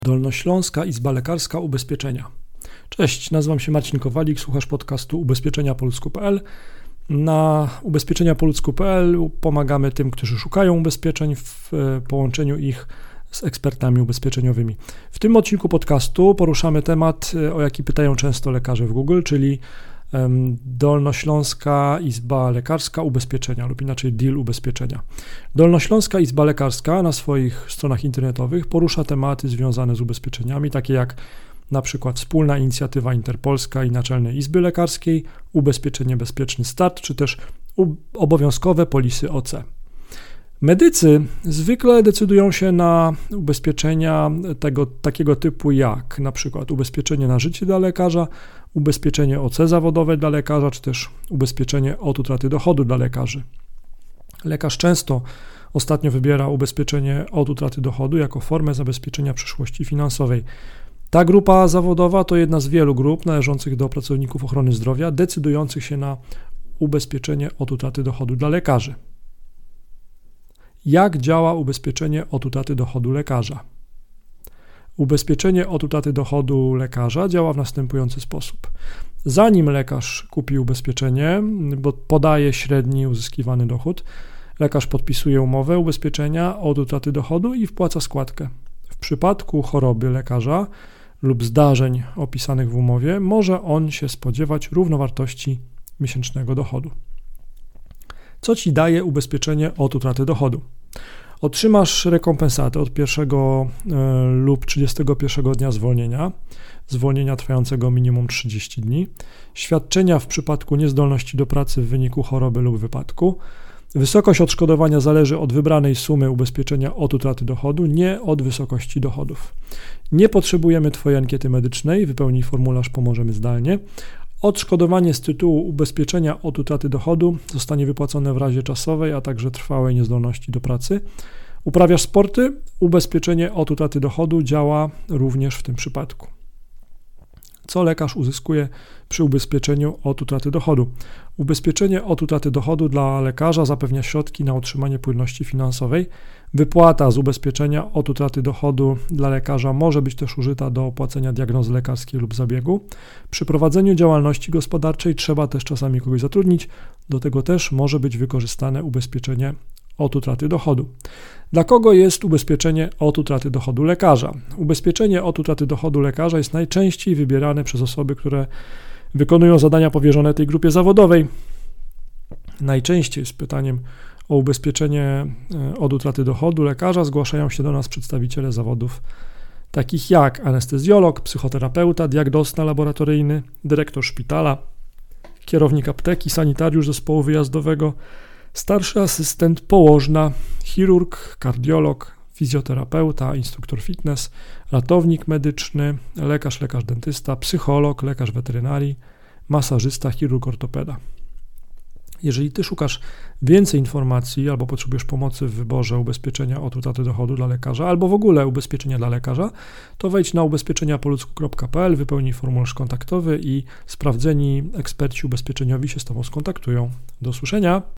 Dolnośląska Izba Lekarska Ubezpieczenia. Cześć, nazywam się Marcin Kowalik, słuchasz podcastu ubezpieczeniapoludzku.pl. Na ubezpieczeniapoludzku.pl pomagamy tym, którzy szukają ubezpieczeń w połączeniu ich z ekspertami ubezpieczeniowymi. W tym odcinku podcastu poruszamy temat, o jaki pytają często lekarze w Google, czyli Dolnośląska Izba Lekarska Ubezpieczenia lub inaczej DIL Ubezpieczenia. Dolnośląska Izba Lekarska na swoich stronach internetowych porusza tematy związane z ubezpieczeniami, takie jak na przykład wspólna inicjatywa interpolska i Naczelnej Izby Lekarskiej, ubezpieczenie Bezpieczny Start, czy też obowiązkowe polisy OC. Medycy zwykle decydują się na ubezpieczenia takiego typu jak na przykład ubezpieczenie na życie dla lekarza, ubezpieczenie OC zawodowe dla lekarza, czy też ubezpieczenie od utraty dochodu dla lekarzy. Lekarz często ostatnio wybiera ubezpieczenie od utraty dochodu jako formę zabezpieczenia przyszłości finansowej. Ta grupa zawodowa to jedna z wielu grup należących do pracowników ochrony zdrowia decydujących się na ubezpieczenie od utraty dochodu dla lekarzy. Jak działa ubezpieczenie od utraty dochodu lekarza? Ubezpieczenie od utraty dochodu lekarza działa w następujący sposób. Zanim lekarz kupi ubezpieczenie, bo podaje średni uzyskiwany dochód, lekarz podpisuje umowę ubezpieczenia od utraty dochodu i wpłaca składkę. W przypadku choroby lekarza lub zdarzeń opisanych w umowie może on się spodziewać równowartości miesięcznego dochodu. Co Ci daje ubezpieczenie od utraty dochodu? Otrzymasz rekompensatę od pierwszego lub 31 dnia zwolnienia trwającego minimum 30 dni, świadczenia w przypadku niezdolności do pracy w wyniku choroby lub wypadku. Wysokość odszkodowania zależy od wybranej sumy ubezpieczenia od utraty dochodu, nie od wysokości dochodów. Nie potrzebujemy Twojej ankiety medycznej, wypełnij formularz, pomożemy zdalnie. Odszkodowanie z tytułu ubezpieczenia od utraty dochodu zostanie wypłacone w razie czasowej, a także trwałej niezdolności do pracy. Uprawiasz sporty? Ubezpieczenie od utraty dochodu działa również w tym przypadku. Co lekarz uzyskuje przy ubezpieczeniu od utraty dochodu? Ubezpieczenie od utraty dochodu dla lekarza zapewnia środki na utrzymanie płynności finansowej. Wypłata z ubezpieczenia od utraty dochodu dla lekarza może być też użyta do opłacenia diagnozy lekarskiej lub zabiegu. Przy prowadzeniu działalności gospodarczej trzeba też czasami kogoś zatrudnić. Do tego też może być wykorzystane ubezpieczenie od utraty dochodu. Dla kogo jest ubezpieczenie od utraty dochodu lekarza? Ubezpieczenie od utraty dochodu lekarza jest najczęściej wybierane przez osoby, które wykonują zadania powierzone tej grupie zawodowej. Najczęściej z pytaniem o ubezpieczenie od utraty dochodu lekarza zgłaszają się do nas przedstawiciele zawodów takich jak anestezjolog, psychoterapeuta, diagnosta laboratoryjny, dyrektor szpitala, kierownik apteki, sanitariusz zespołu wyjazdowego, starszy asystent, położna, chirurg, kardiolog, fizjoterapeuta, instruktor fitness, ratownik medyczny, lekarz dentysta, psycholog, lekarz weterynarii, masażysta, chirurg ortopeda. Jeżeli Ty szukasz więcej informacji albo potrzebujesz pomocy w wyborze ubezpieczenia od utraty dochodu dla lekarza albo w ogóle ubezpieczenia dla lekarza, to wejdź na ubezpieczeniapoludzku.pl, wypełnij formularz kontaktowy i sprawdzeni eksperci ubezpieczeniowi się z Tobą skontaktują. Do usłyszenia!